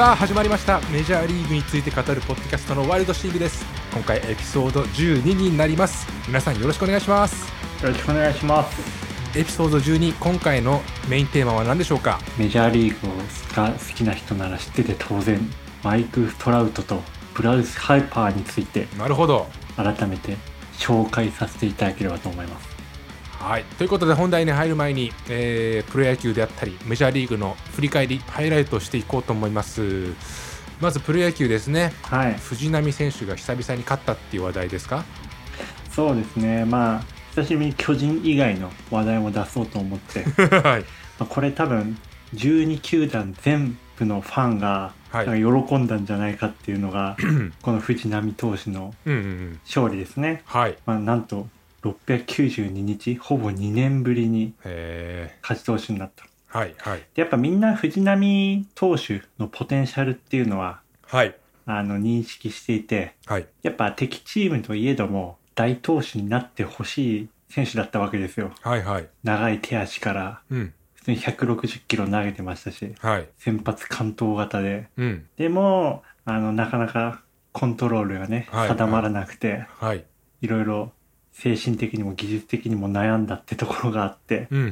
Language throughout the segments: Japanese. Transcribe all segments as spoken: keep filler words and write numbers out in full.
さあ始まりました。メジャーリーグについて語るポッドキャストのワイルドシングです。今回エピソードじゅうにになります。皆さんよろしくお願いします。 よろしくお願いします。 エピソードじゅうに、今回のメインテーマは何でしょうか？ メジャーリーグが好きな人なら知ってて当然、マイク・トラウトとブラウス・ハイパーについてなるほど、 改めて紹介させていただければと思います。 はい、ということで本題に入る前に、えー、プロ野球であったりメジャーリーグの振り返りハイライトをしていこうと思います。まずプロ野球ですね、 はい、 藤浪選手が久々に勝ったっていう話題ですか？ そうですね、まあ久しぶりに巨人以外の話題も出そうと思って、はい、まあこれ多分じゅうに球団全部のファンがなんか喜んだんじゃないかっていうのが、はい、この藤浪投手の勝利ですね。うんうんうん、はい、まあ、なんとろっぴゃくきゅうじゅうににち、ほぼにねんぶりに勝ち投手になった。はいはい、でやっぱみんな藤浪投手のポテンシャルっていうのは、はい、あの認識していて、はい、やっぱ敵チームといえども大投手になってほしい選手だったわけですよ。はいはい、長い手足から、うん、普通にひゃくろくじゅっキロ投げてましたし、はい、先発完投型で、うん、でもあのなかなかコントロールがね、はい、定まらなくて、はい、いろいろ精神的にも技術的にも悩んだってところがあって、うんうんうん、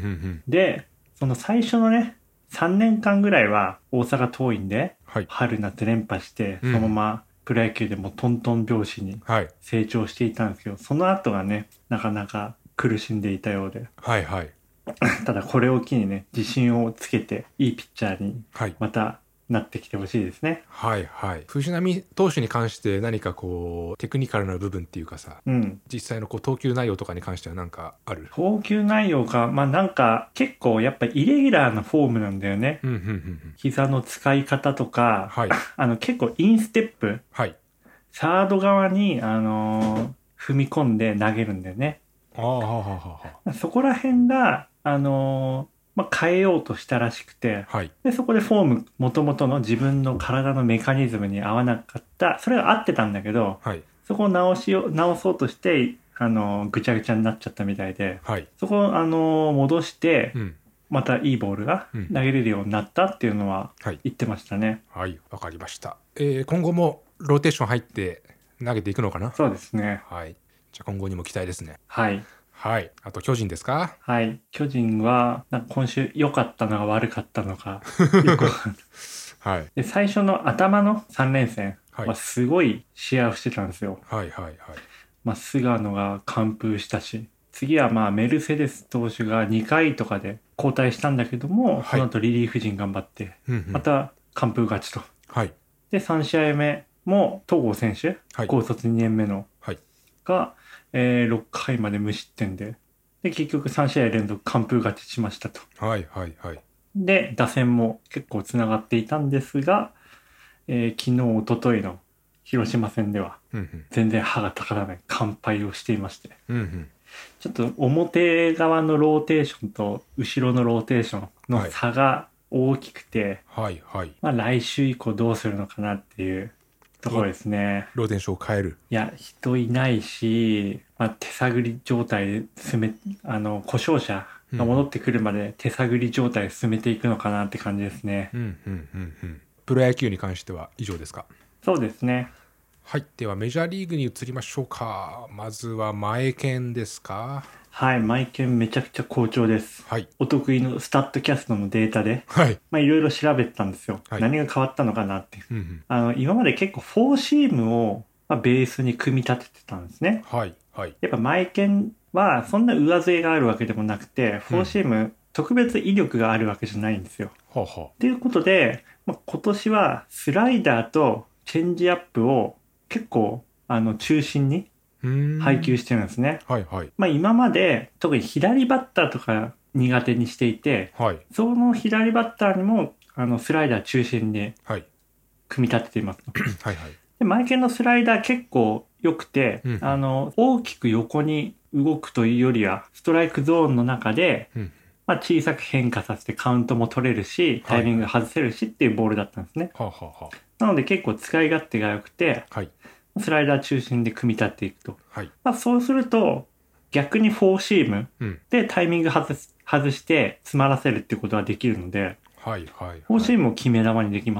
でその最初のねさんねんかんぐらいは大阪桐蔭で春夏連覇して、はい、そのままプロ野球でもトントン拍子に成長していたんですけど、はい、その後がねなかなか苦しんでいたようで、はいはい、ただこれを機にね自信をつけていいピッチャーにまたなってきてほしいですね。はいはい。藤浪投手に関して何かこうテクニカルな部分っていうかさ、うん、実際のこう投球内容とかに関しては何かある？投球内容か、まあなんか結構やっぱイレギュラーなフォームなんだよね。うんうんうんうん、膝の使い方とか、はい、あの結構インステップ、はい、サード側にあのー、踏み込んで投げるんだよね。あはははそこら辺があのーまあ、変えようとしたらしくて、はい、でそこでフォーム元々の自分の体のメカニズムに合わなかった、それが合ってたんだけど、はい、そこを直しよ直そうとしてあのぐちゃぐちゃになっちゃったみたいで、はい、そこをあの戻して、うん、またいいボールが投げれるようになったっていうのは言ってましたね。はい、わ、はい、かりました。えー、今後もローテーション入って投げていくのかな？そうですね。はい、じゃあ今後にも期待ですね。はい。はい。あと巨人ですか？はい。巨人はなんか今週良かったのか悪かったのかよくはい。で最初の頭のさん連戦はすごい試合をしてたんですよ。はいはいはい。まあ菅野が完封したし、次はまあメルセデス投手がにかいとかで交代したんだけども、はい、その後リリーフ陣頑張って、また完封勝ちと。はい。でさん試合目も東郷選手、はい、高卒にねんめの、はい、がえー、ろっかいまで無失点で、で結局さん試合連続完封勝ちしましたと。はいはいはい。で打線も結構つながっていたんですが、えー、昨日一昨日の広島戦では全然歯が立からない完敗をしていまして、うんうん、ちょっと表側のローテーションと後ろのローテーションの差が大きくて、はいはいはい、まあ、来週以降どうするのかなっていうところですね。ローテーションを変える。いや人いないし、まあ、手探り状態で進めあの故障者が戻ってくるまで手探り状態で進めていくのかなって感じですね。うんうんうんうん。プロ野球に関しては以上ですか？そうですね。はい。ではメジャーリーグに移りましょうか。まずは前剣ですか？はい、マイケンめちゃくちゃ好調です。はい、お得意のスタッドキャストのデータで、はい、まあいろいろ調べてたんですよ。はい、何が変わったのかなって。うんうん、あの今まで結構フォーシームを、まあ、ベースに組み立ててたんですね。はいはい、やっぱマイケンはそんな上背があるわけでもなくて、フォーシーム特別威力があるわけじゃないんですよ。と、うん、いうことで、まあ、今年はスライダーとチェンジアップを結構あの中心に配球してるんですね。はいはい。まあ今まで特に左バッターとか苦手にしていて、はい、その左バッターにもあのスライダー中心で組み立てています。はいはい。でマイケンのスライダー結構良くて、うん、あの大きく横に動くというよりはストライクゾーンの中で、うん、まあ、小さく変化させてカウントも取れるし、タイミング外せるしっていうボールだったんですね。はいはあはあ、なので結構使い勝手が良くて、はい、スライダー中心で組み立っていくと、はい、まあ、そうすると逆にフォーシームでタイミング外す、外して詰まらせるっていうことができるので、はいはいはい、フォーシームを決め球にできますと、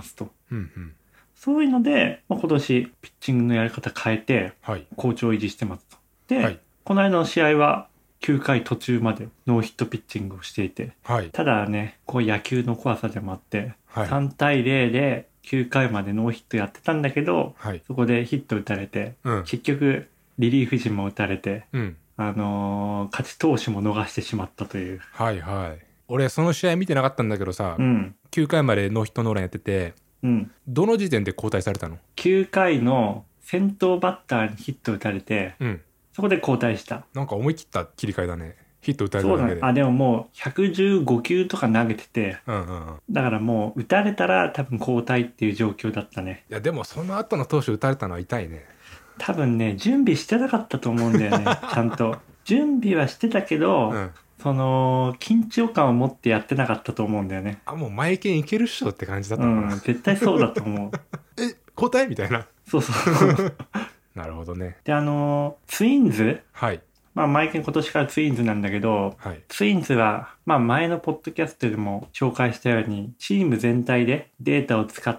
うんうん、 そういうので、まあ、今年ピッチングのやり方変えて、 はい、 好調を維持してますと。で、はい、この間の試合はきゅうかい途中までノーヒットピッチングをしていて、はい、ただね、こう野球の怖さでもあって、はい、さんたいゼロできゅうかいまでノーヒットやってたんだけど、はい、そこでヒット打たれて、うん、結局リリーフ陣も打たれて、うん、あのー、勝ち投手も逃してしまったという。 はいはい。俺その試合見てなかったんだけどさ、うん、きゅうかいまでノーヒットノーランやってて、うん、どの時点で交代されたの？ きゅうかいの先頭バッターにヒット打たれて、うん、そこで交代した。 なんか思い切った切り替えだね。ヒット打たれただけで。 そうだね。あ、でももうひゃくじゅうごきゅうとか投げてて、うんうんうん、だからもう打たれたら多分交代っていう状況だったね。 いやでもその後の投手打たれたのは痛いね。 多分ね、準備してなかったと思うんだよね。ちゃんと。準備はしてたけど、うん、その緊張感を持ってやってなかったと思うんだよね。 あ、もう前剣いけるっしょって感じだったのかな。 うん、絶対そうだと思う。 え、交代みたいな。 そうそうなるほどね。 で、あのツインズ、 はい、 まあ前剣今年からツインズなんだけど、はい、ツインズはまあ前のポッドキャストでも紹介したようにチーム全体でデータを使って、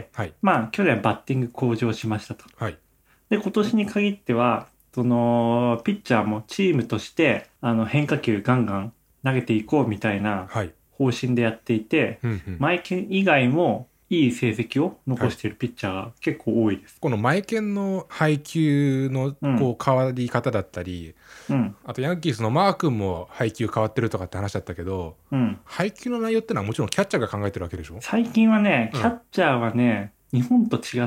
はい、まあ去年バッティング向上しましたと。はい、で今年に限ってはそのピッチャーもチームとしてあの変化球ガンガン投げていこうみたいな方針でやっていて、はい、マイケン以外もいい成績を残しているピッチャーが結構多いです。 はい、このマイケンの配球のこう変わり方だったり、うん、あとヤンキースのマー君も配球変わってるとかって話だったけど、うん、配球の内容ってのはもちろんキャッチャーが考えてるわけでしょ？ 最近はね、キャッチャーはね、うん、日本と違って、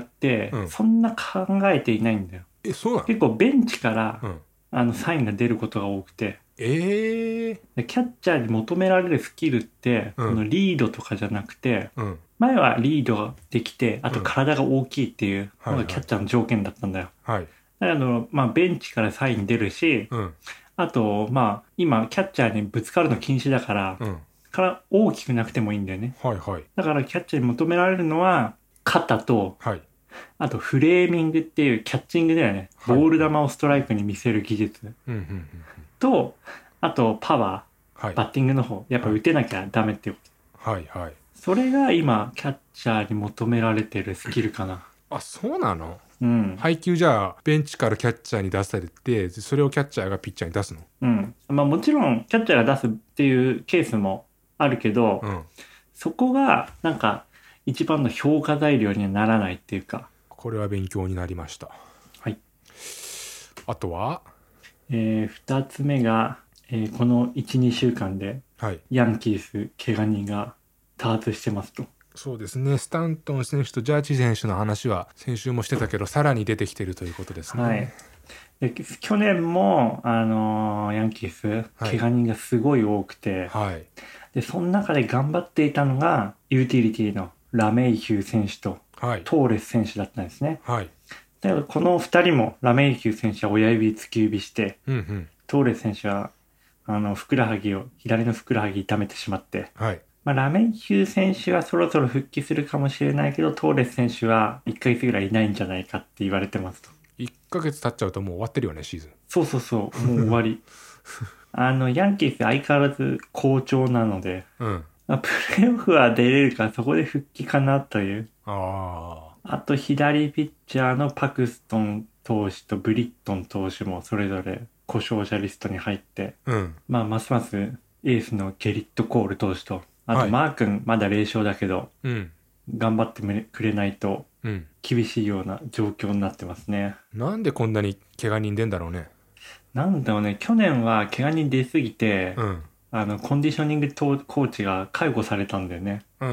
うん、そんな考えていないんだよ。 え、そうなの？ 結構ベンチから、うん、あのサインが出ることが多くて、 えー、 キャッチャーに求められるスキルって、うん、このリードとかじゃなくて、うん、前はリードができて、あと体が大きいっていうのがキャッチャーの条件だったんだよ。はいはい、だから、まあ、ベンチからサイン出るし、うん、あと、まあ、今、キャッチャーにぶつかるの禁止だから、うん、から大きくなくてもいいんだよね。はいはい、だから、キャッチャーに求められるのは、肩と、はい、あと、フレーミングっていうキャッチングだよね。ボール球をストライクに見せる技術。はい、と、あと、パワー、はい、バッティングの方、やっぱ打てなきゃダメっていうこと。はいはい。それが今、キャッチャーに求められてるスキルかな。 あ、そうなの？うん、配球じゃあベンチからキャッチャーに出されて、それをキャッチャーがピッチャーに出すの？ うん。まあもちろんキャッチャーが出すっていうケースもあるけど、うん、そこがなんか一番の評価材料にはならないっていうか。 これは勉強になりました。はい。あとは、 えー、ふたつめが、えー、このいち、にしゅうかんで、はい、ヤンキース怪我人が多発してますと。 そうですね。スタントン選手とジャッジ選手の話は先週もしてたけど、さらに出てきてるということですね。はい、 で去年も、あのー、ヤンキース怪我人がすごい多くて、はい、でその中で頑張っていたのがユーティリティのラメイヒュー選手と、はい、トーレス選手だったんですね。はい、だけどこのふたりもラメイヒュー選手は親指突き指して、うんうん、トーレス選手はあのふくらはぎを左のふくらはぎ痛めてしまって、はい、まあ、ラメイヒュー選手はそろそろ復帰するかもしれないけど、トーレス選手はいっかげつぐらいいないんじゃないかって言われてますと。 いっかげつ経っちゃうともう終わってるよね、シーズン。 そうそうそう、もう終わり。あの、ヤンキース相変わらず好調なので、うん、まあ、プレーオフは出れるからそこで復帰かなという。ああと左ピッチャーのパクストン投手とブリットン投手もそれぞれ故障者リストに入って、うん、まあますますエースのゲリット・コール投手と、あとマー君まだれい勝だけど、はい、頑張ってくれないと厳しいような状況になってますね。 うん、なんでこんなに怪我人出んだろうね。 なんだろうね、去年は怪我人出すぎて、うん、あのコンディショニングコーチが解雇されたんだよね。うん、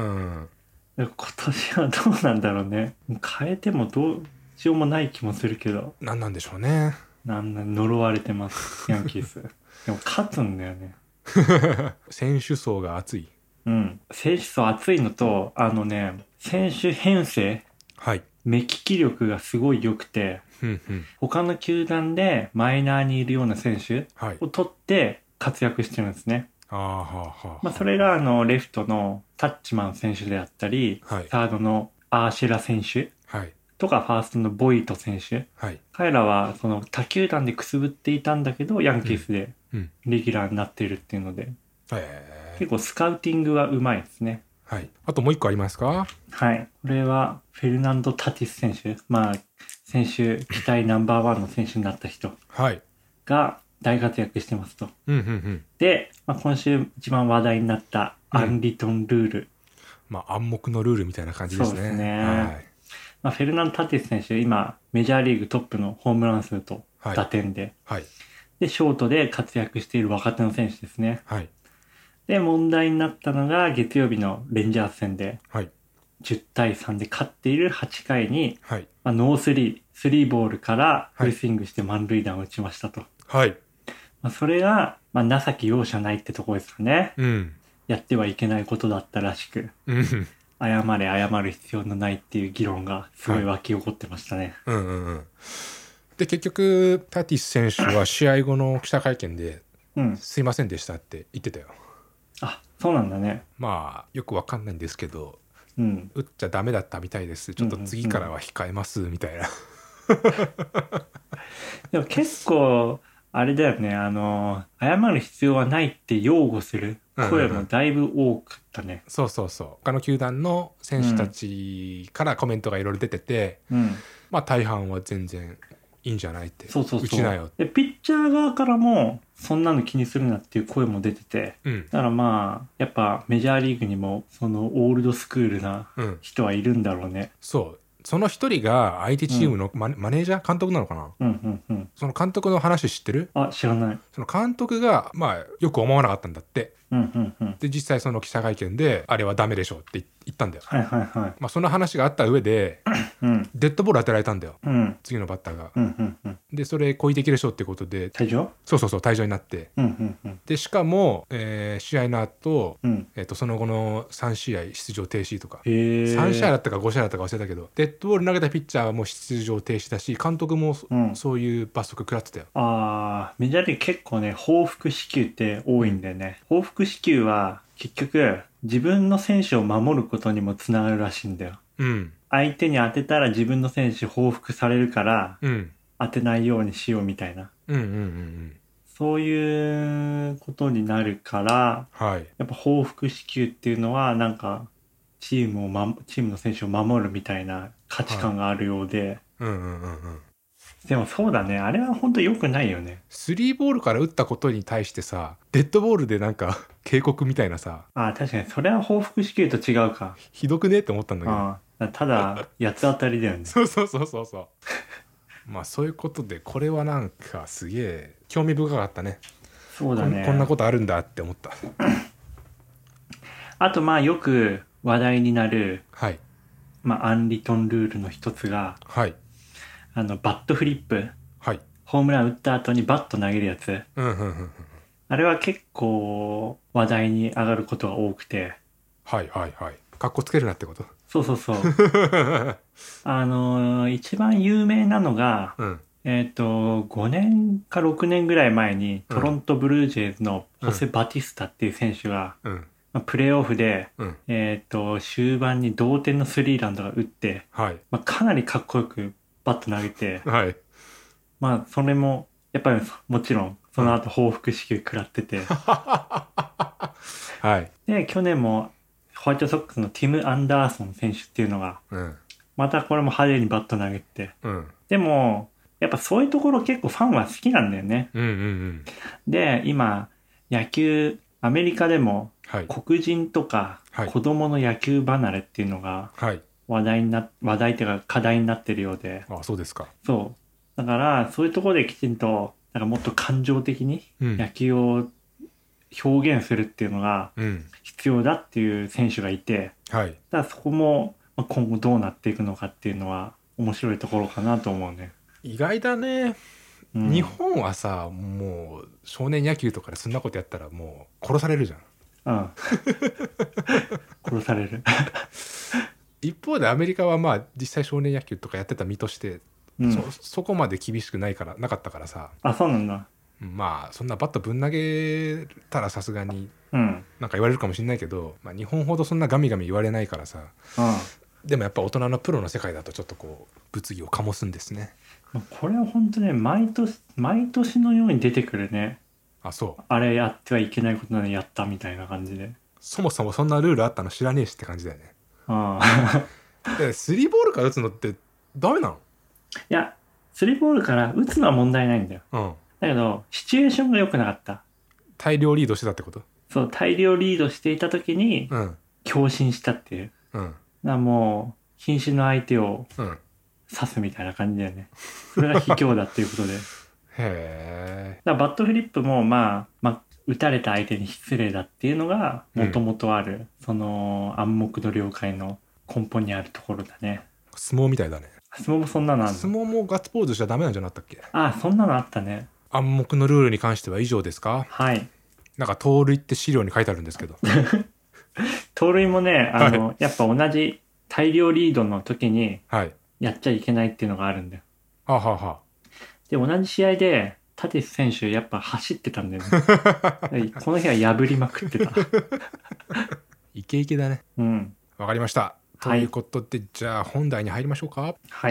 今年はどうなんだろうね。変えてもどうしようもない気もするけど。 なんなんでしょうね。 なんなん呪われてますヤンキース。でも勝つんだよね。 選手層が厚い。 うん。選手層厚いのと、あのね、選手編成、はい、目利き力がすごい良くて、うんうん、他の球団でマイナーにいるような選手を取って活躍してるんですね。はい、あははまあ、それがあのレフトのタッチマン選手であったり、はい、サードのアーシェラ選手、はい、とかファーストのボイト選手、はい、彼らはその他球団でくすぶっていたんだけどヤンキースでレギュラーになっているっていうので、うんうん、結構スカウティングはうまいですね。 はい。あともう一個ありますか？ はい。これはフェルナンド・タティス選手。まあ、先週期待ナンバーワンの選手になった人が大活躍してますと。 うんうんうん、 で、まあ、今週一番話題になったアンリトンルール。うん、 まあ暗黙のルールみたいな感じですね。 そうですね。 はい。 まあ、フェルナンド・タティス選手、今メジャーリーグトップのホームラン数と打点で、 はいはい、 で、ショートで活躍している若手の選手ですね。 はい。 で、問題になったのが月曜日のレンジャーズ戦で、はい、じゅうたいさんで勝っているはちかいに、はい、まあ、ノースリー、スリーボールからフルスイングして満塁弾を打ちましたと。はい。まあ、それが、まあ、情け容赦ないってとこですかね。うん。やってはいけないことだったらしく、うん。謝れ謝る必要のないっていう議論がすごい湧き起こってましたね。 はい、うんうんうん。で、結局、タティス選手は試合後の記者会見で、うん、すいませんでしたって言ってたよ。 あ、そうなんだね。 まあ、よくわかんないんですけど、うん、打っちゃダメだったみたいです。ちょっと次からは控えますみたいな。 でも結構、あれだよね、あの、謝る必要はないって擁護する声もだいぶ多かったね。うんうんうん、 そうそうそう。他の球団の選手たちからコメントがいろいろ出てて、うん、まあ大半は全然いいんじゃないって。 そうそうそう。 打ちなよ。 で、ピッチャー側からも、そんなの気にするなっていう声も出てて、うん、だからまあ、やっぱメジャーリーグにも、そのオールドスクールな人はいるんだろうね。うん、 そう。その一人が相手チームのマネ、うん、マネージャー監督なのかな、うんうんうん、その監督の話知ってる？ あ、知らない。 その監督が、まあ、よく思わなかったんだって。うんうんうん、で、実際その記者会見で、あれはダメでしょって言ったんだよ。はいはいはい。まあ、その話があった上で、うん、デッドボール当てられたんだよ。うん、次のバッターが。うんうんうん、で、それ、故意的でしょってことで。 退場？ そうそうそう、退場になって。うんうんうん、で、しかも、えー、試合の後、うん、えーと、その後のさんしあい出場停止とか。さんしあいだったかごしあいだったか忘れたけど、デッドボール投げたピッチャーはもう出場停止だし、監督も、うん、そういう罰則食らってたよ。 ああ、メジャーリーグ結構ね、報復支給って多いんだよね。うん、報復支給は結局自分の選手を守ることにもつながるらしいんだよ。うん、相手に当てたら自分の選手報復されるから、うん、当てないようにしようみたいな。うんうんうんうん、そういうことになるから、はい、やっぱ報復支給っていうのはなんかチームを、ま、チームの選手を守るみたいな価値観があるようで、はい、うんうんうんうん、でもそうだね、あれは本当良くないよね。 スリーボールから打ったことに対してさ、デッドボールでなんか警告みたいなさ。 ああ、確かにそれは報復支給と違うか。 ひどくねって思ったんだけど。 ああ、ただ八つ当たりだよね。 そうそうそうそうそうまあそういうことで、これはなんかすげえ興味深かったね。 そうだね。 こん、こんなことあるんだって思った。 あとまあよく話題になる、はい、まあアンリトンルールの一つが、はい、あのバットフリップ、はい、ホームラン打った後にバット投げるやつ、うんうんうんうん、あれは結構話題に上がることが多くて、 はいはいはい、かっこつけるなってこと？ そうそうそうあのー、一番有名なのが、うん、えっとごねんかろくねんぐらい前にトロントブルージェイズのホセ・バティスタっていう選手が、うん、まあ、プレーオフで、うん、えっと終盤に同点のスリーランとか打って、はい、まあ、かなりかっこよくバット投げて、はい、まあそれもやっぱりもちろんその後報復支給食らってて、うん、はい、で去年もホワイトソックスのティム・アンダーソン選手っていうのが、うん、またこれも派手にバット投げて、うん、でもやっぱそういうところ結構ファンは好きなんだよね、うんうんうん、で今野球アメリカでも、はい、黒人とか子供の野球離れっていうのが話題にな、話題っていうか課題になってるようで、 あ、そうですか。 そうだからそういうところできちんとなんかもっと感情的に野球を表現するっていうのが必要だっていう選手がいて、うん、はい、だからそこも今後どうなっていくのかっていうのは面白いところかなと思うね。 意外だね、うん、日本はさ、もう少年野球とかでそんなことやったらもう殺されるじゃん。うん、 殺される一方でアメリカはまあ実際少年野球とかやってた身として、うん、そ, そこまで厳しくないからなかったからさ。 あ、そうなんだ。 まあそんなバットぶん投げたらさすがになんか言われるかもしれないけど、まあ、日本ほどそんなガミガミ言われないからさ、うん、でもやっぱ大人のプロの世界だとちょっとこう物議を醸すんですね。 これは本当ね、毎年毎年のように出てくるね。 あ、そう。 あれやってはいけないことなのにやったみたいな感じで。 そもそもそんなルールあったの知らねえしって感じだよね。 ああでスリーボールから打つのってダメなの？ いやスリーボールから打つのは問題ないんだよ、うん、だけどシチュエーションが良くなかった。 大量リードしてたってこと？ そう、大量リードしていた時に、うん、強振したっていう、うん、なもう瀕死の相手を刺すみたいな感じだよね、うん、それが卑怯だっていうことでへえ。だからバットフリップもまあ、まあ、打たれた相手に失礼だっていうのがもともとある、うん、その暗黙の了解の根本にあるところだね。 相撲みたいだね。 相撲もそんなのあるの？ 相撲もガッツポーズしちゃダメなんじゃなかったっけ？ ああ、そんなのあったね。 暗黙のルールに関しては以上ですか？ はい。 なんか盗塁って資料に書いてあるんですけど盗塁もね、あの、はい、やっぱ同じ大量リードの時にやっちゃいけないっていうのがあるんだよ。 はあ、はあはあ、 で同じ試合でタティス選手やっぱ走ってたんだよねこの日は破りまくってたイケイケだね。 うん、 わかりました。ということで、はい、じゃあ本題に入りましょうか。 はい。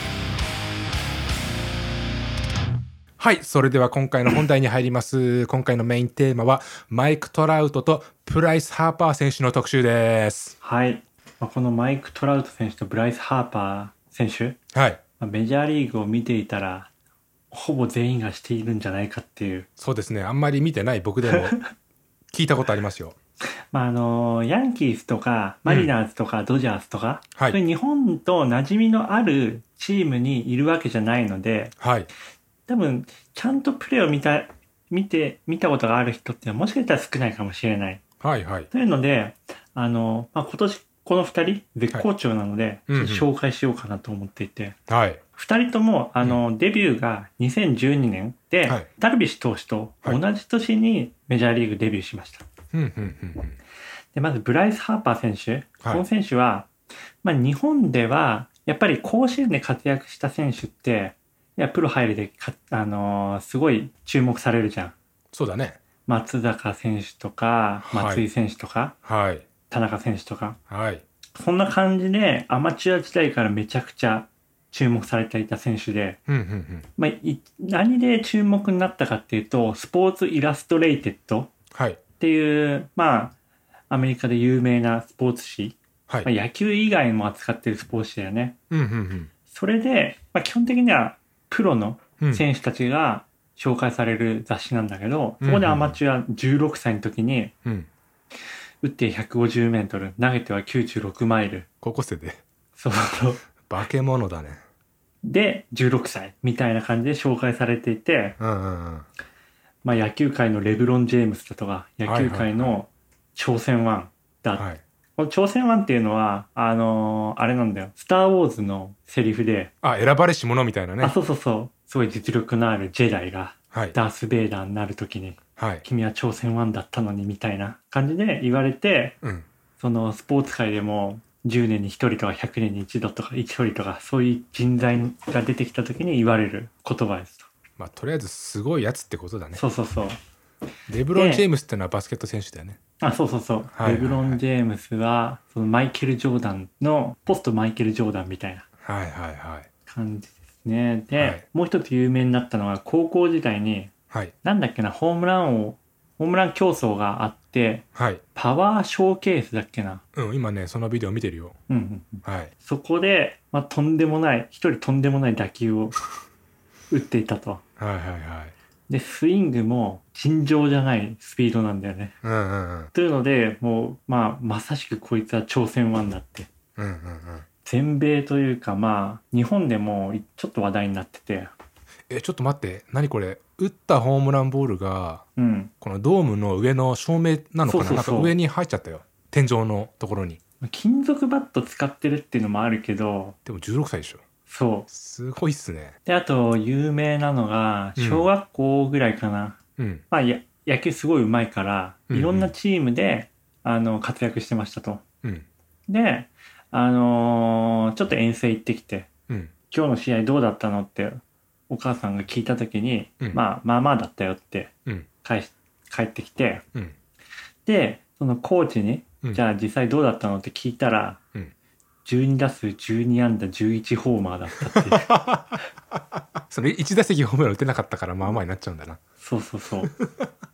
はい、それでは今回の本題に入ります。今回のメインテーマはマイク・トラウトとブライス・ハーパー選手の特集です。 はい、まあ、このマイク・トラウト選手とブライス・ハーパー選手、 はい、 まあ、メジャーリーグを見ていたらほぼ全員がしているんじゃないかっていう。 そうですね、あんまり見てない僕でも聞いたことありますよまああのヤンキースとかマリナーズとかドジャースとか、うん、そういう日本と馴染みのあるチームにいるわけじゃないので、 はい、 多分ちゃんとプレーを見た見て見たことがある人ってもしかしたら少ないかもしれない。 はいはい。 というので、あの、まあ、今年このふたり絶好調なので、はいうんうん、紹介しようかなと思っていて、 はい、 ふたりともあの、うん、デビューがにせんじゅうにねんで、はい、ダルビッシュ投手と同じ年にメジャーリーグデビューしました。 はい、 でまずブライス・ハーパー選手、はい、この選手は、まあ、日本ではやっぱり甲子園で活躍した選手っていやプロ入りでか、あのー、すごい注目されるじゃん。 そうだね。 松坂選手とか松井選手とか、 はい、 田中選手とか、 はい、 そんな感じでアマチュア時代からめちゃくちゃ注目されていた選手で、 うんうんうんまあ、何で注目になったかっていうとスポーツイラストレイテッドっていう、はい、まあアメリカで有名なスポーツ誌、はいまあ、野球以外も扱ってるスポーツ誌だよね、 うんうんうん、 それで、まあ、基本的にはプロの選手たちが紹介される雑誌なんだけど、うん、そこでアマチュアじゅうろくさいの時に、うん、打ってひゃくごじゅうメートル投げてはきゅうじゅうろくマイル、 高校生でそうそう化け物だね。 でじゅうろくさいみたいな感じで紹介されていて、 うんうんうん、 まあ、野球界のレブロン・ジェームスだとか野球界の挑戦ワンだ、はいはいはい、この挑戦ワンっていうのはあのー、あれなんだよ、スター・ウォーズのセリフで、 あ、選ばれし者みたいなね。 あ、そうそうそう、すごい実力のあるジェダイが、はい、ダース・ベイダーになるときに、はい、君は挑戦ワンだったのにみたいな感じで言われて、うん、そのスポーツ界でもじゅうねんにひとりとかひゃくねんに一度とかひとりとかそういう人材が出てきた時に言われる言葉ですと。 まあとりあえずすごいやつってことだね。 そうそうそう。 レブロン・ジェームスってのはバスケット選手だよね。 あ、そうそうそう、はいはいはい、レブロン・ジェームスはそのマイケル・ジョーダンのポストマイケル・ジョーダンみたいな感じですね。で、はい、もう一つ有名になったのは高校時代に、はい、なんだっけな、ホームランをホームラン競争があって、はい、パワーショーケースだっけな。 うん、今ねそのビデオ見てるよ。 うんうんうん、 はい、 そこで、まあ、とんでもない一人とんでもない打球を打っていたと。 はいはいはい。 でスイングも尋常じゃないスピードなんだよね。 うんうんうん。 というのでもう、まあ、まさしくこいつは挑戦ワンだって、 うんうんうん、 全米というかまあ日本でもちょっと話題になってて。 えちょっと待って、何これ、打ったホームランボールが、うん、このドームの上の照明なのかな。そうそうそう、なんか上に入っちゃったよ、天井のところに。 金属バット使ってるっていうのもあるけど、 でもじゅうろくさいでしょ。 そうすごいっすね。 であと有名なのが小学校ぐらいかな、うん、まあや野球すごい上手いから、うんうん、いろんなチームであの活躍してましたと、うん、であのー、ちょっと遠征行ってきて、うん、今日の試合どうだったのってお母さんが聞いた時に、うん、まあまあまあだったよって返し、うん、帰ってきて、うん、でそのコーチに、うん、じゃあ実際どうだったのって聞いたら、うん、じゅうにだすうじゅうにあんだじゅういちホーマーだったっていうそのいち打席ホームラン打てなかったからまあまあになっちゃうんだな。 そうそうそう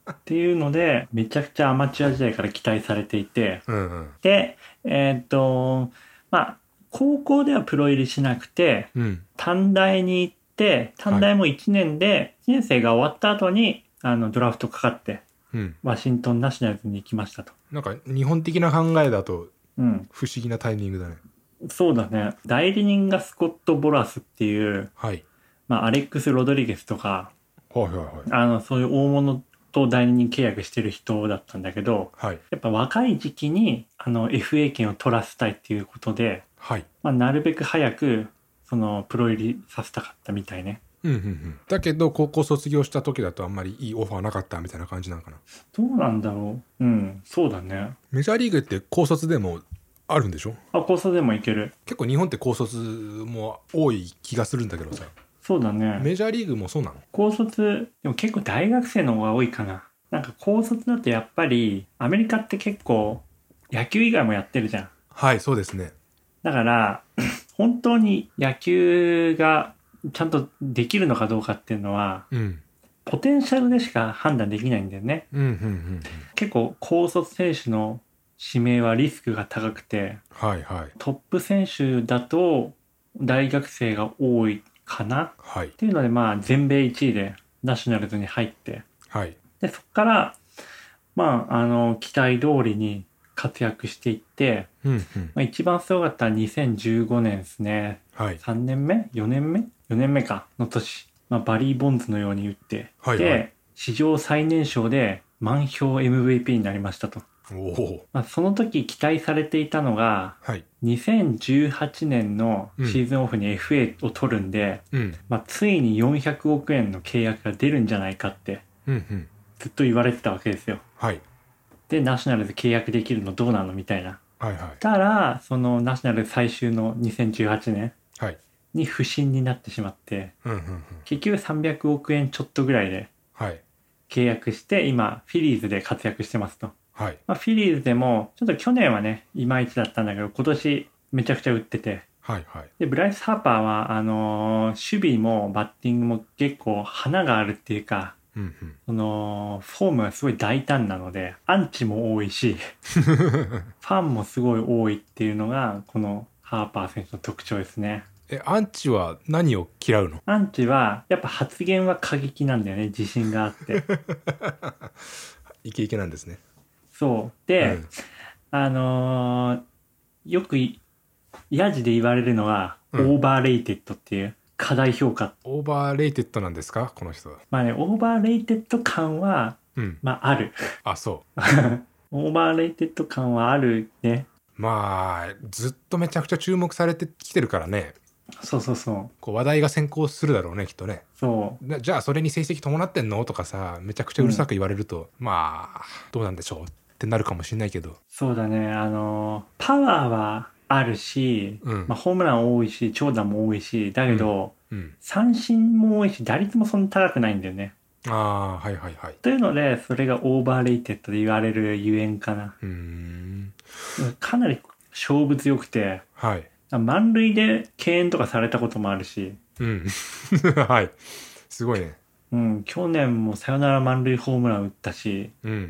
っていうのでめちゃくちゃアマチュア時代から期待されていて、 うんうん、 でえー、っとまあ高校ではプロ入りしなくて、うん、短大に行って短大もいちねんで、はい、いちねん生が終わった後にあのドラフトかかって、うん、ワシントンナショナルズに行きましたと。 なんか日本的な考えだと不思議なタイミングだね。 うん、そうだね。代理人がスコット・ボラスっていう、はい、まあ、アレックス・ロドリゲスとか、はいはいはい、あのそういう大物と代理人契約してる人だったんだけど、はい、やっぱ若い時期にあの エフエー 権を取らせたいっていうことで、はい、まあ、なるべく早くそのプロ入りさせたかったみたいね。 うんうんうん、だけど高校卒業した時だとあんまりいいオファーなかったみたいな感じなのかな。 どうなんだろう。うん、そうだね。 メジャーリーグって高卒でもあるんでしょ？ あ、高卒でもいける。 結構日本って高卒も多い気がするんだけどさ。 そうだね。 メジャーリーグもそうなの？ 高卒でも結構大学生の方が多いかな。なんか高卒だとやっぱりアメリカって結構野球以外もやってるじゃん。 はい、そうですね。 だから本当に野球がちゃんとできるのかどうかっていうのは、うん、ポテンシャルでしか判断できないんだよね。うんうんうんうん、結構高卒選手の指名はリスクが高くて、はいはい、トップ選手だと大学生が多いかな、はい、っていうのでまあ全米いちいでナショナルズに入って、はい、でそこからまああの期待通りに活躍していって、うんうん、まあ、一番すごかったのはにせんじゅうごねんですね、はい、さんねんめ ?よ 年目 ?よ 年目かの年、まあ、バリー・ボンズのように打って、はいはい、で史上最年少で満票 エムブイピー になりましたと。お、まあ、その時期待されていたのが、はい、にせんじゅうはちねんのシーズンオフに エフエー を取るんで、うん、まあ、ついによんひゃくおくえんの契約が出るんじゃないかって、うんうん、ずっと言われてたわけですよ。はい、でナショナルズ契約できるのどうなのみたいな。はいはい、たらそのナショナルズ最終のにせんじゅうはちねんに不振になってしまって、はい、結局さんびゃくおくえんちょっとぐらいで契約して今フィリーズで活躍してますと。はい、まあ、フィリーズでもちょっと去年はねいまいちだったんだけど今年めちゃくちゃ打ってて、はいはい、でブライス・ハーパーはあのー、守備もバッティングも結構花があるっていうか、うんうん、そのフォームがすごい大胆なのでアンチも多いしファンもすごい多いっていうのがこのハーパー選手の特徴ですね。 え、アンチは何を嫌うの？ アンチはやっぱ発言は過激なんだよね。自信があってイケイケなんですね。 そうで、うん、あのー、よくヤジで言われるのは、うん、オーバーレイテッドっていう過大評価。 オーバーレイテッドなんですかこの人は？ まあね、オーバーレイテッド感は、うん、まあある。 あ、そうオーバーレイテッド感はあるね。 まあずっとめちゃくちゃ注目されてきてるからね。 そうそうそう。 こう話題が先行するだろうねきっとね。そうじゃあそれに成績伴ってんのとかさめちゃくちゃうるさく言われると、うん、まあどうなんでしょうってなるかもしれないけど。 そうだね、あのパワーはあるし、うん、まあ、ホームラン多いし長打も多いしだけど、うんうん、三振も多いし打率もそんな高くないんだよね。 ああはいはいはい。 というのでそれがオーバーレイテッドで言われるゆえんかな。うーんかなり勝負強くて、はい、満塁で敬遠とかされたこともあるし、うんはいすごいね。 うん、去年もサヨナラ満塁ホームラン打ったし、うんうんうん、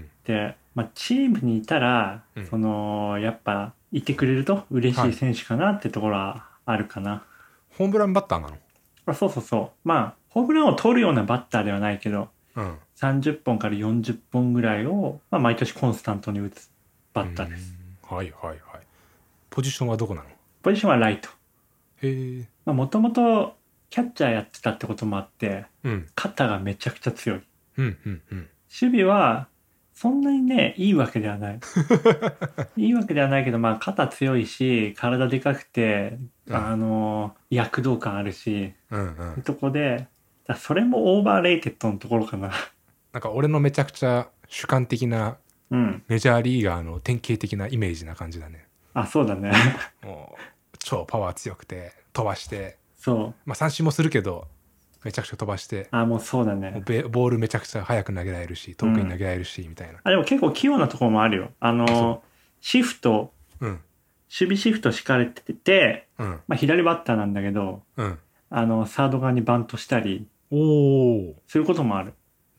で、まあ、チームにいたら、うん、そのやっぱいてくれると嬉しい選手かなってところはあるかな、はい、 ホームランバッターなの？ あ、そうそうそう。まあホームランを取るようなバッターではないけど、うん、さんじゅっぽんからよんじゅっぽんぐらいを、まあ、毎年コンスタントに打つバッターです。 はいはいはい。ポジションはどこなの？ ポジションはライト。へえ。もともとキャッチャーやってたってこともあって、うん、肩がめちゃくちゃ強い。うんうんうん、守備はそんなにねいいわけではない。いいわけではないけど、まあ肩強いし体でかくて、うん、あの躍動感あるし、うんうん、とこでだそれもオーバーレイテッドのところかな。 なんか俺のめちゃくちゃ主観的な、うん、メジャーリーガーの典型的なイメージな感じだね。 あ、そうだね。 もう超パワー強くて飛ばして、 そう、 まあ三振もするけどめちゃくちゃ飛ばして、 あ、もうそうだね。 ボールめちゃくちゃ速く投げられるし遠くに投げられるし、うん、みたいな。 あ、でも結構器用なところもあるよ。あのシフト、うん、守備シフト敷かれてて、うん、まあ左バッターなんだけど、うん、あのサード側にバントしたりすることもある。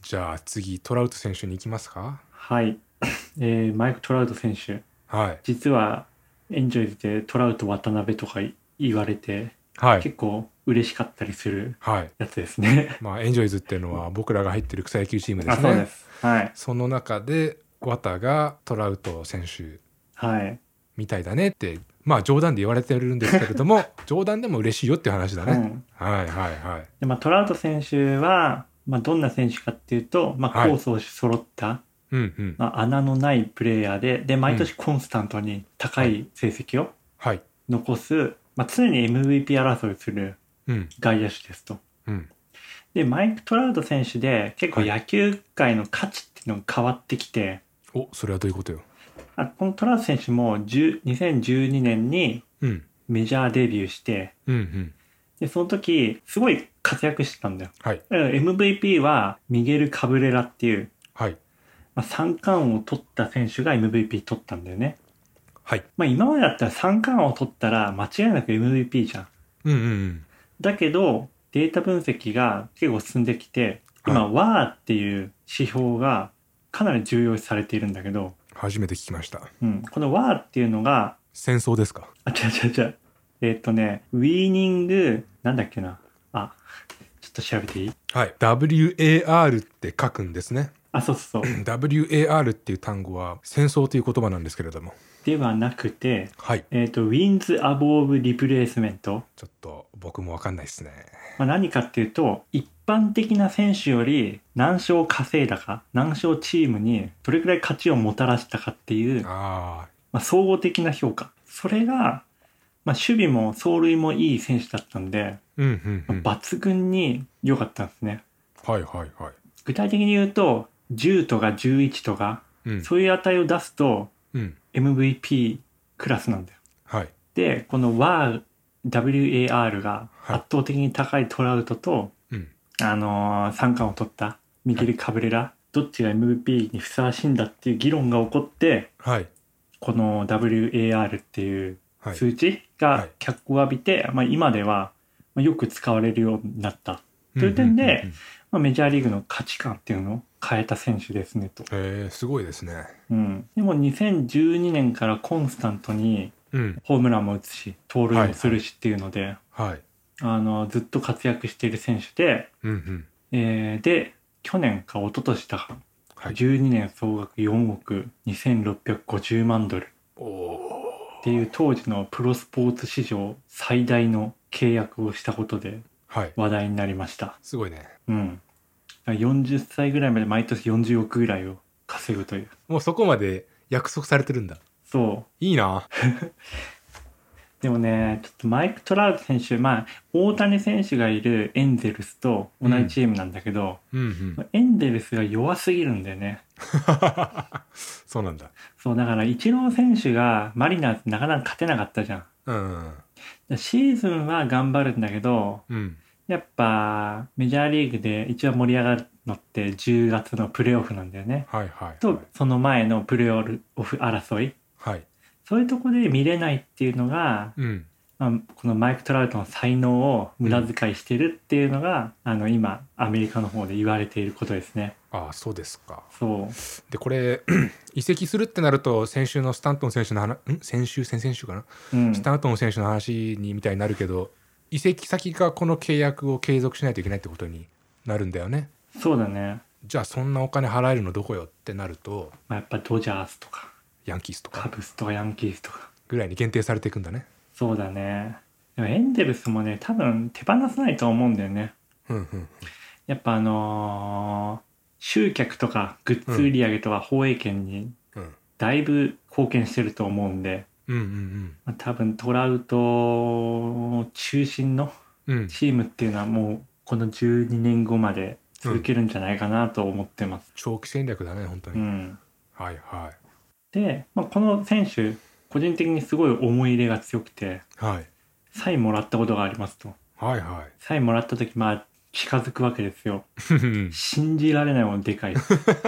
じゃあ次トラウト選手に行きますか。 はい、えー、マイク・トラウト選手、 はい、 実はエンジョイズでトラウト渡辺とか言われて、はい、結構嬉しかったりするやつですね、はい、 まあエンジョイズっていうのは僕らが入ってる草野球チームですね。 あ、そうです、はい、 その中で綿がトラウト選手みたいだねって、まあ冗談で言われてるんですけれども冗談でも嬉しいよっていう話だね、うん、はいはいはい。 で、まあ、トラウト選手は、まあ、どんな選手かっていうと、まあ、攻守揃った、はい、うんうん、まあ、穴のないプレイヤーでで毎年コンスタントに高い成績を残す、はいはい、まあ、常に エムブイピー 争いする外野手ですと、うんうん、でマイク・トラウト選手で結構野球界の価値っていうのが変わってきて、 はい、お、それはどういうことよ。 あ、このトラウト選手もにせんじゅうにねんにメジャーデビューして、うんうん、でその時すごい活躍してたんだよ、はい、エムブイピー はミゲル・カブレラっていう、はい、まあ、三冠王を取った選手が エムブイピー 取ったんだよね。はい、まあ、今までだったら三冠王を取ったら間違いなく エムブイピー じゃん、うんうんうん、だけどデータ分析が結構進んできて今、はい、ワー っていう指標がかなり重要視されているんだけど、 初めて聞きました、 うん、この ワー っていうのが戦争ですか。 あ、違う違う違う、えー、っとねウィーニングなんだっけな、あ、ちょっと調べていい？ はい、ダブリューエーアール って書くんですね。 あ、そうそうそう。 ダブリューエーアール っていう単語は戦争という言葉なんですけれども。 ではなくて、はい、えっと、Wins Above Replacement。ちょっと僕もわかんないですね。 まあ、何かっていうと、一般的な選手より何勝稼いだか、何勝チームにどれくらい勝ちをもたらしたかっていう、あ、まあ、総合的な評価。それが、まあ、守備も走塁もいい選手だったんで、うんうんうん、まあ、抜群に良かったんですね。はいはいはい。具体的に言うと、じゅうとかじゅういちとか、うん、そういう値を出すと、うん、エムブイピー クラスなんだよ。はい、で、この ワー、ダブリューエーアール が圧倒的に高いトラウトと、はい、あのー、三冠を取ったミゲル・カブレラ、はい、どっちが エムブイピー にふさわしいんだっていう議論が起こって、はい、この ダブリューエーアール っていう数値が脚光を浴びて、はい、まあ、今ではよく使われるようになったという点で、うんうんうんうん、まあ、メジャーリーグの価値観っていうのを変えた選手ですねと。 へー、すごいですね。 うん、でもにせんじゅうにねんからコンスタントにホームランも打つし、盗塁もするしっていうので、はいはい、あのずっと活躍している選手で、うんうん、えー、で去年か一昨年だか、はい、じゅうにねん総額よんおくにせんろっぴゃくごじゅうまんドルっていう当時のプロスポーツ史上最大の契約をしたことで話題になりました。はい、 すごいね。 うん。よんじゅっさいぐらいまで毎年よんじゅうおくぐらいを稼ぐという。 もうそこまで約束されてるんだ。 そう。 いいな。 でもね、ちょっとマイク・トラウト選手、まあ大谷選手がいるエンゼルスと同じチームなんだけど、うんうんうん、エンゼルスが弱すぎるんだよね。 そうなんだ。 そうだからイチロー選手がマリナーズなかなか勝てなかったじゃん。うんうん、シーズンは頑張るんだけど、うん、やっぱメジャーリーグで一番盛り上がるのってじゅうがつのプレーオフなんだよね。はいはいはい、とその前のプレーオフ争い、はい、そういうとこで見れないっていうのが、うん、まあ、このマイク・トラウトの才能を無駄遣いしてるっていうのが、うん、あの今アメリカの方で言われていることですね。 ああ、そうですか。 そうでこれ移籍するってなると先週のスタントン選手の話、ん先週先々週かな、うん、スタントン選手の話にみたいになるけど、移籍先がこの契約を継続しないといけないってことになるんだよね。 そうだね。 じゃあそんなお金払えるのどこよってなると、 まあ、やっぱドジャースとかヤンキースとかカブスとかヤンキースとかぐらいに限定されていくんだね。 そうだね。でもエンゼルスもね多分手放さないと思うんだよね。うんうんうん、やっぱあのー、集客とかグッズ売り上げとか放映権にだいぶ貢献してると思うんで、うんうんうん、まあ、多分トラウト中心のチームっていうのはもうこのじゅうにねんごまで続けるんじゃないかなと思ってます。うん、 長期戦略だね本当に。うん、はいはい。 で、まあ、この選手個人的にすごい思い入れが強くて、はい、サインもらったことがありますと。はいはい。サインもらった時まあ近づくわけですよ。信じられないものでかい。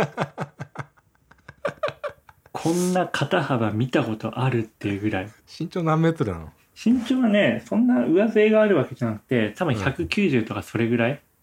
こんな肩幅見たことあるっていうぐらい。 身長何メートルなの？ 身長はねそんな上背があるわけじゃなくて多分ひゃくきゅうじゅうとかそれぐらい。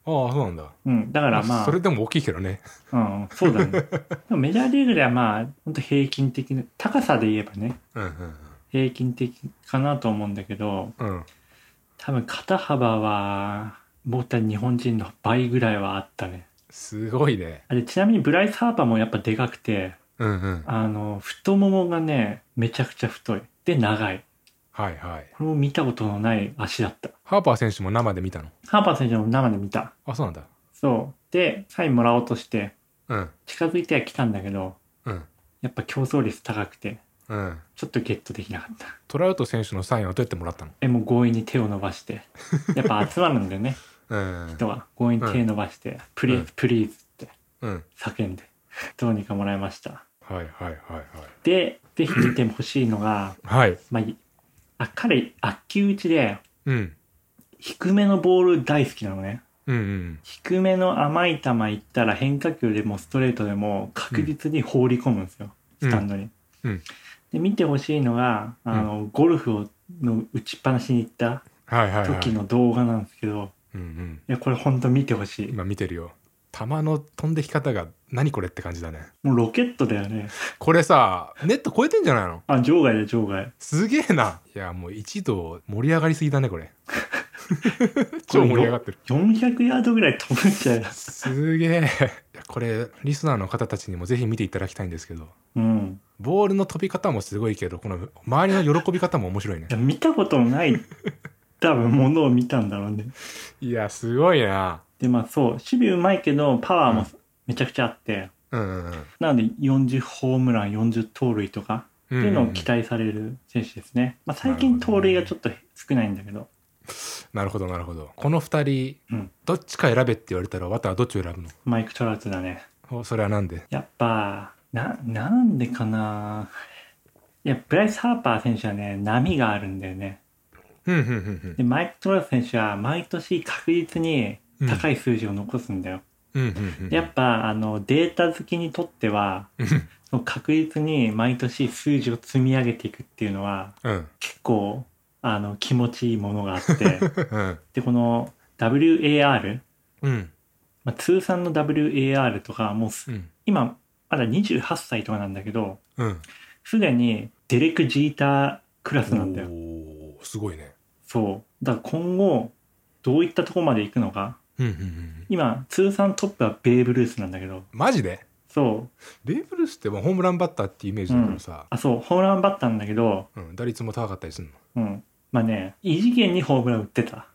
ああそうなんだ。 うん、だからまあ、 それでも大きいけどね。 うん、そうだね。でもメジャーリーグではまあ本当平均的な高さで言えばね、 うんうんうん、 平均的かなと思うんだけど、うん、多分肩幅は僕は日本人の倍ぐらいはあったね。 すごいね。 あれちなみにブライス・ハーパーもやっぱでかくて、うんうん、あの太ももがねめちゃくちゃ太いで長い。 はいはい。 これも見たことのない足だった。 ハーパー選手も生で見たの？ ハーパー選手も生で見た。 あ、そうなんだ。 そうでサインもらおうとして、うん、近づいては来たんだけど、うん、やっぱ競争率高くて、うん、ちょっとゲットできなかった。 トラウト選手のサインはどうやってもらったの？ えもう強引に手を伸ばしてやっぱ集まるんだよね、うん、人は強引に手伸ばして、うん、プリーズプリーズって叫んで、どうにかもらいました。 はいはいはいはい。 でぜひ見てほしいのがはいまああ彼悪球打ちで、うん、低めのボール大好きなのね、うんうん、低めの甘い球いったら変化球でもストレートでも確実に放り込むんですよ、うん、スタンドに、うん、で見てほしいのがあの、うん、ゴルフをの打ちっぱなしに行った時の動画なんですけど、いやこれほんと見てほしい。 今見てるよ。球の飛んでき方が何これって感じだね。 もうロケットだよね。 これさネット超えてんじゃないの？ あ場外だ場外。 すげえな。いやもう一度盛り上がりすぎだねこれ。超盛り上がってる。 よんひゃくヤードぐらい飛ぶんじゃない？ すげえ。これリスナーの方たちにもぜひ見ていただきたいんですけど、うん、ボールの飛び方もすごいけどこの周りの喜び方も面白いね。 いや見たことない多分ものを見たんだろうね。 いやすごいな。 でまあそう守備うまいけどパワーもめちゃくちゃあって、うんうんうん、なのでよんじゅうホームランよんじゅう盗塁とかっていうのを期待される選手ですね、まあ、最近盗塁がちょっと少ないんだけど。 なるほどなるほど。このふたり、うん、どっちか選べって言われたらわたはどっちを選ぶの？ マイク・トラウトだね。 それはなんで？ やっぱななんでかな。いやブライス・ハーパー選手はね波があるんだよね。でマイク・トラウト選手は毎年確実に高い数字を残すんだよ。やっぱあのデータ好きにとっては確実に毎年数字を積み上げていくっていうのは、うん、結構あの気持ちいいものがあって、うん、でこの ダブリューエーアール、うんまあ、通算の ダブリューエーアール とかもう、うん、今まだにじゅうはっさいとかなんだけどすで、うん、にデレク・ジータークラスなんだよ。 おすごいね。 そうだから今後どういったところまで行くのか、うんうんうん、今通算トップはベーブ・ルースなんだけど。 マジで？ そうベーブ・ルースってホームランバッターっていうイメージだけどさ、うん、 あそうホームランバッターなんだけど、 うん、打率も高かったりするの。うんまあね異次元にホームラン打ってた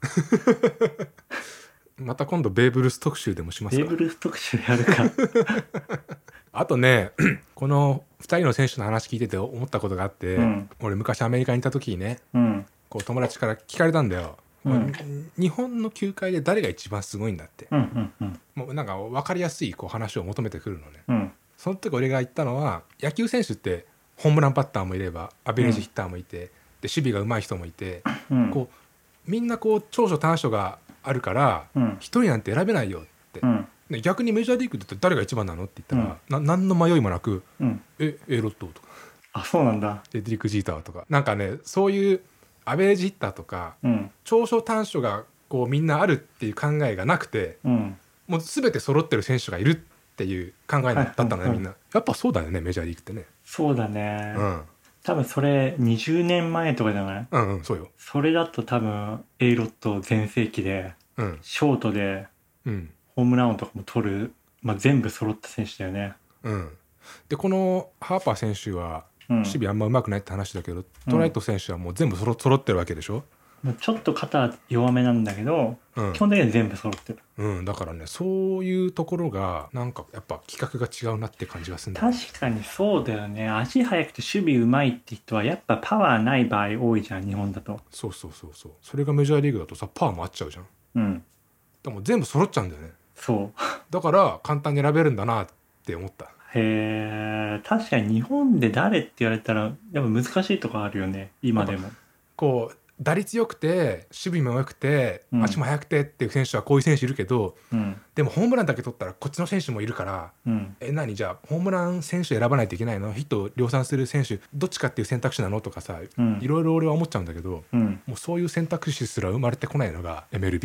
また今度ベーブ・ルース特集でもしますか？ ベーブ・ルース特集やるかあとねこのふたりの選手の話聞いてて思ったことがあって、うん、俺昔アメリカにいた時にね、うん、こう友達から聞かれたんだよ、うん、日本の球界で誰が一番すごいんだって、うんうんうん、もうなんか分かりやすいこう話を求めてくるのね、うん、その時俺が言ったのは野球選手ってホームランバッターもいればアベレージヒッターもいて、うん、で守備が上手い人もいて、うん、こうみんなこう長所短所があるから一、うん、人なんて選べないよって、うん、で逆にメジャーリーグって誰が一番なのって言ったら、うん、な何の迷いもなく、うん、え A ロットとかあそうなんだでディリク・ジーターとかなんかねそういうアベレージヒッターとか、うん、長所短所がこうみんなあるっていう考えがなくて、うん、もう全て揃ってる選手がいるっていう考えだったのね、はいはいはい、みんなやっぱそうだよねメジャーリーグってね。 そうだね、うん、多分それにじゅうねんまえとかじゃない？ うんうんそうよ。 それだと多分 A ロット全盛期で、うん、ショートで、うん、ホームラン王とかも取る、まあ、全部揃った選手だよね。 うん、でこのハーパー選手は守備あんま上手くないって話だけど、うん、トライト選手はもう全部そろ揃ってるわけでしょ。 ちょっと肩弱めなんだけど、うん、基本的には全部揃ってる、 うん、だからねそういうところがなんかやっぱ規格が違うなって感じがするんだ、 ね、確かにそうだよね。足速くて守備うまいって人はやっぱパワーない場合多いじゃん日本だと。 そうそうそうそう。それがメジャーリーグだとさパワーもあっちゃうじゃん。うんでも全部揃っちゃうんだよね。 そうだから簡単に選べるんだなって思った。 へえ確かに日本で誰って言われたらやっぱ難しいとこあるよね今でも。 こう打率良くて守備も良くて、うん、足も速くてっていう選手はこういう選手いるけど、うん、でもホームランだけ取ったらこっちの選手もいるから、うん、え何じゃあホームラン選手選ばないといけないの？ヒットを量産する選手どっちかっていう選択肢なのとかさ、うん、いろいろ俺は思っちゃうんだけど、うん、もうそういう選択肢すら生まれてこないのが エムエルビー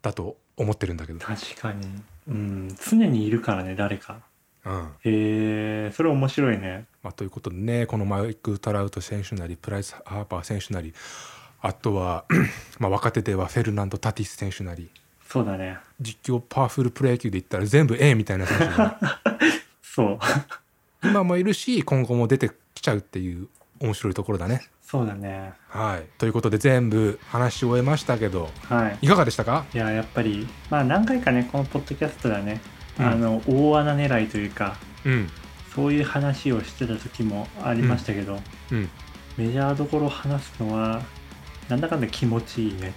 だと思ってるんだけど。 確かに、うん、常にいるからね誰か。 うん、 へえ、それ面白いね。 まあ、ということでね、このマイク・トラウト選手なりプライス・ハーパー選手なり、あとはまあ若手ではフェルナンド・タティス選手なり、 そうだね、 実況パワフルプロ野球で言ったら全部 A みたいな選手がそう今もいるし今後も出てきちゃうっていう面白いところだね。 そうだね。 はい、ということで全部話し終えましたけど、 はい、 いかがでしたか？ いややっぱりまあ何回かねこのポッドキャストだね、うん、あの大穴狙いというか、うん、そういう話をしてた時もありましたけど、うんうん、メジャーどころ話すのはなんだかんだ気持ちいいね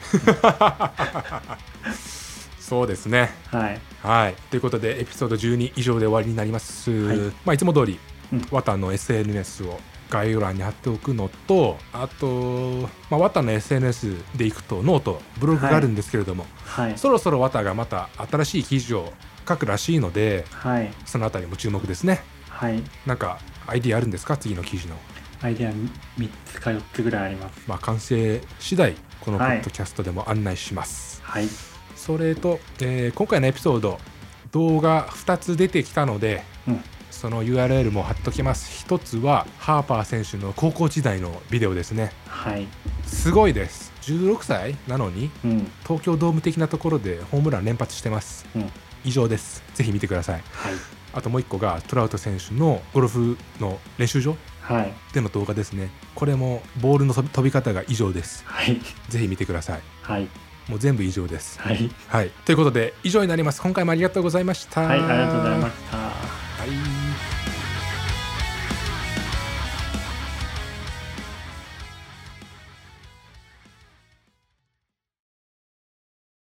そうですね。 はい、 はい、ということでエピソードじゅうに以上で終わりになります。はい、まあ、いつも通り、うん、ワタの エスエヌエス を概要欄に貼っておくのと、あと、まあ、ワタの エスエヌエス でいくとノートブログがあるんですけれども、はいはい、そろそろワタがまた新しい記事を書くらしいので、はい、そのあたりも注目ですね。はい、なんかアイディアあるんですか？次の記事のアイディアみっつかよっつぐらいあります。 まあ、完成次第このポッドキャストでも案内します。はい、それと、えー、今回のエピソード動画ふたつ出てきたので、うん、その ユーアールエル も貼っときます。ひとつはハーパー選手の高校時代のビデオですね。はい、すごいです。じゅうろくさいなのに、うん、東京ドーム的なところでホームラン連発してます。うん、以上です。ぜひ見てください。はい、あともういっこがトラウト選手のゴルフの練習場での動画ですね。これもボールの飛び方が異常です。はい、ぜひ見てください。はい、もう全部異常です。はい、はい、ということで以上になります。今回もありがとうございました。 はい、ありがとうございました。